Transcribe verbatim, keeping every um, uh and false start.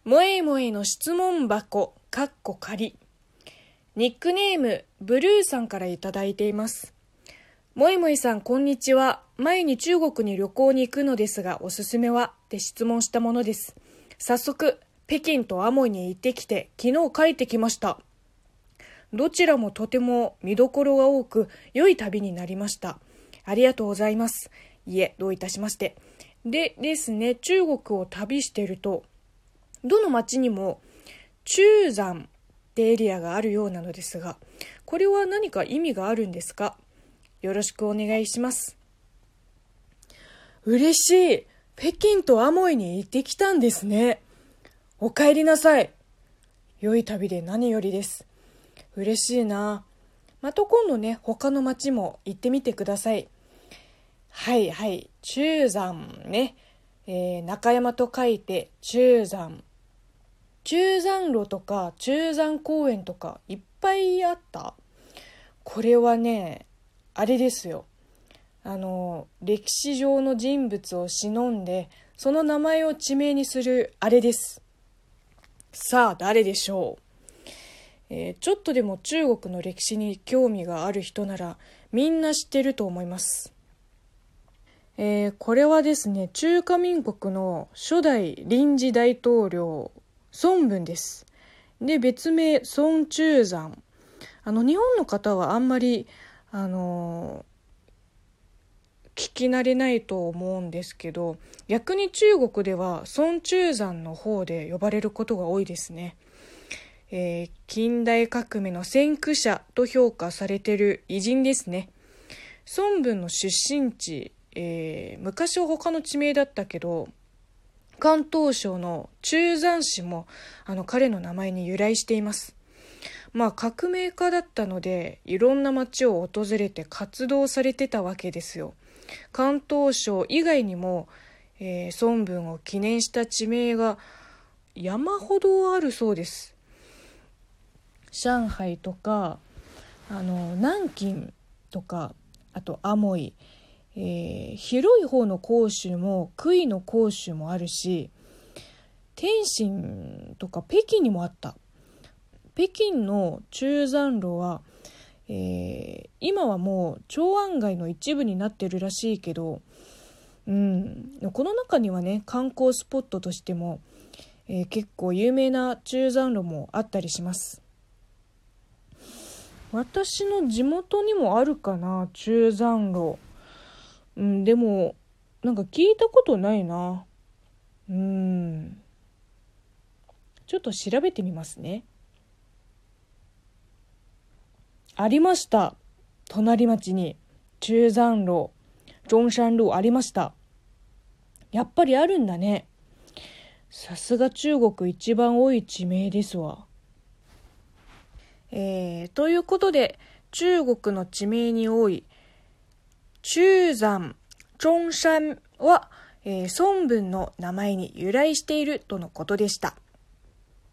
もえもえの質問箱かっこ仮。ニックネームブルーさんからいただいています。もえもえさん、こんにちは。前に中国に旅行に行くのですが、おすすめはって質問したものです。早速北京とアモイに行ってきて、昨日帰ってきました。どちらもとても見どころが多く、良い旅になりました。ありがとうございます。いえ、どういたしまして。でですね、中国を旅していると、どの町にも中山ってエリアがあるようなのですが、これは何か意味があるんですか？よろしくお願いします。嬉しい。北京とアモイに行ってきたんですね。お帰りなさい。良い旅で何よりです。嬉しいな。また今度ね、他の町も行ってみてください。はいはい、中山ね、えー、中山と書いて中山。中山路とか中山公園とかいっぱいあった。これはね、あれですよ。あの歴史上の人物を偲んで、その名前を地名にするあれです。さあ誰でしょう。えー、ちょっとでも中国の歴史に興味がある人ならみんな知ってると思います。えー、これはですね、中華民国の初代臨時大統領孫文です。で、別名孫中山。あの日本の方はあんまりあのー、聞き慣れないと思うんですけど、逆に中国では孫中山の方で呼ばれることが多いですね。えー、近代革命の先駆者と評価されている偉人ですね。孫文の出身地、えー、昔は他の地名だったけど、広東省の中山市もあの彼の名前に由来しています。まあ革命家だったので、いろんな町を訪れて活動されてたわけですよ。広東省以外にも、えー、孫文を記念した地名が山ほどあるそうです。上海とか、あの南京とか、あとアモイ、えー、広い方の広州も杭の広州もあるし、天津とか北京にもあった。北京の中山路は、えー、今はもう長安街の一部になってるらしいけど、うん、この中にはね、観光スポットとしても、えー、結構有名な中山路もあったりします。私の地元にもあるかな、中山路。うん、でもなんか聞いたことないな。うん、ちょっと調べてみますね。ありました。隣町に中山路、中山路ありました。やっぱりあるんだね。さすが中国一番多い地名ですわ。えー、ということで、中国の地名に多い中山、中山は、えー、孫文の名前に由来しているとのことでした。